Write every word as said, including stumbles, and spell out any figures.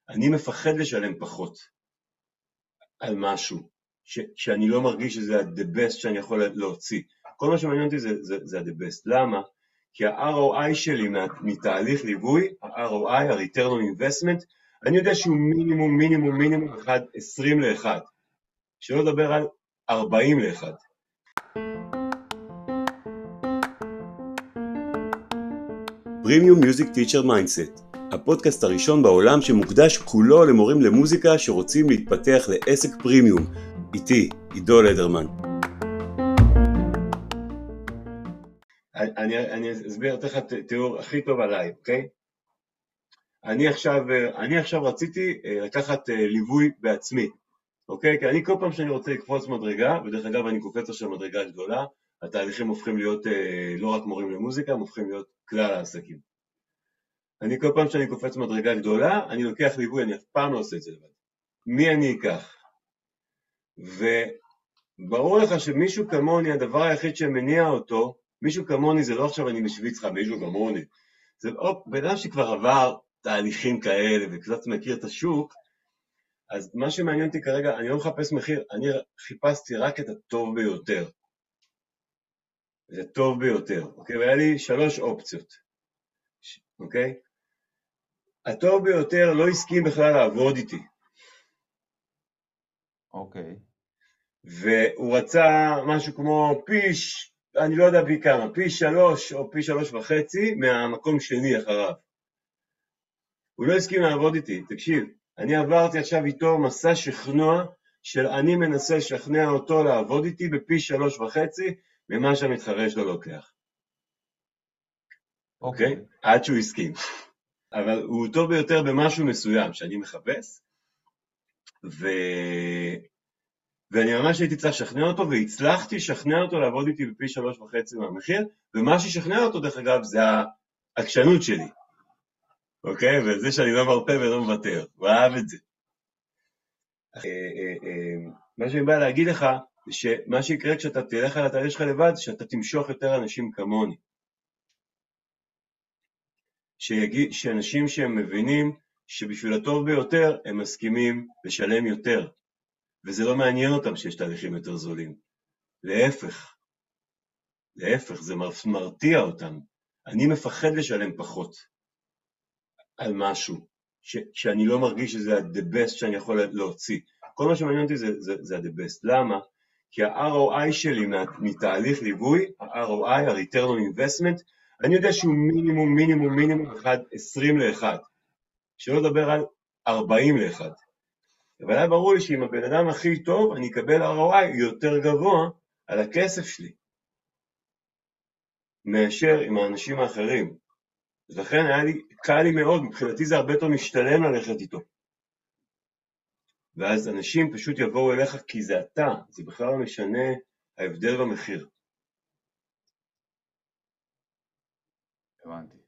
אני מפחד לשלם פחות על משהו, ש, שאני לא מרגיש שזה ה-the best שאני יכול להוציא. כל מה שמעניין אותי זה, זה, זה ה-the best. למה? כי ה-אר או איי שלי מתהליך ליווי, ה-אר או איי, ה-return on investment, אני יודע שהוא מינימום, מינימום, מינימום אחד, עשרים לאחד. שלא לדבר על ארבעים לאחד. פרימיום מיוזיק טיצ'ר מיינדסט, הפודקאסט הראשון בעולם שמוקדש כולו למורים למוזיקה שרוצים להתפתח לעסק פרימיום. איתי, עידו לדרמן. אני, אני אסביר לך תיאור הכי טוב עליי, אוקיי? אני עכשיו, אני עכשיו רציתי לקחת ליווי בעצמי, אוקיי? כי אני כל פעם שאני רוצה לקפוץ מדרגה, ודרך אגב אני קופץ עכשיו מדרגה גדולה, התהליכים הופכים להיות לא רק מורים למוזיקה, הם הופכים להיות כלל העסקים. אני כל פעם שאני קופץ מדרגה גדולה, אני לוקח ליווי, אני אף פעם לא עושה את זה לבד. מי אני אקח? וברור לך שמישהו כמוני, הדבר היחיד שמניע אותו, מישהו כמוני זה לא עכשיו אני משוויץ לך, מישהו כמוני. זה אופ, בן שכבר עבר תהליכים כאלה וקצת מכיר את השוק, אז מה שמעניין אותי כרגע, אני לא מחפש מחיר, אני חיפשתי רק את הטוב ביותר. זה טוב ביותר, אוקיי? והיה לי שלוש אופציות, אוקיי? הטוב ביותר לא הסכים בכלל לעבוד איתי. אוקיי. והוא רצה משהו כמו פיש, אני לא יודע פי כמה, פי שלוש או פי שלוש וחצי מהמקום שני אחריו. הוא לא הסכים לעבוד איתי, תקשיב, אני עברתי עכשיו איתו מסע שכנוע של אני מנסה לשכנע אותו לעבוד איתי בפי שלוש וחצי ממה שהמתחרה שלו לוקח. אוקיי? Okay. עד שהוא הסכים. אבל הוא טוב ביותר במשהו מסוים שאני מחפש, ו... ואני ממש הייתי צריך לשכנע אותו, והצלחתי לשכנע אותו לעבוד איתי בפי שלוש וחצי מהמחיר, ומה ששכנע אותו דרך אגב זה העקשנות שלי. אוקיי? וזה שאני לא מרפא ולא מוותר, הוא אהב את זה. מה שאני בא להגיד לך, שמה שיקרה כשאתה תלך על התהליך שלך לבד, שאתה תמשוך יותר אנשים כמוני. שיגיד, שאנשים שהם מבינים שבשביל הטוב ביותר הם מסכימים לשלם יותר, וזה לא מעניין אותם שיש תהליכים יותר זולים. להפך, להפך, זה מרתיע אותם. אני מפחד לשלם פחות על משהו, ש, שאני לא מרגיש שזה ה-the best שאני יכול להוציא. כל מה שמעניין אותי זה, זה, זה ה-the best. למה? כי ה-אר או איי שלי מתהליך ליווי, ה-אר או איי, ה-return on investment, אני יודע שהוא מינימום, מינימום, מינימום אחד, עשרים לאחד. שלא לדבר על ארבעים לאחד. אבל היה ברור לי שאם הבן אדם הכי טוב, אני אקבל אר או איי יותר גבוה על הכסף שלי, מאשר עם האנשים האחרים. אז לכן היה לי, קל לי מאוד, מבחינתי זה הרבה יותר משתלם ללכת איתו. ואז אנשים פשוט יבואו אליך כי זה אתה, זה בכלל לא משנה ההבדל במחיר. הבנתי.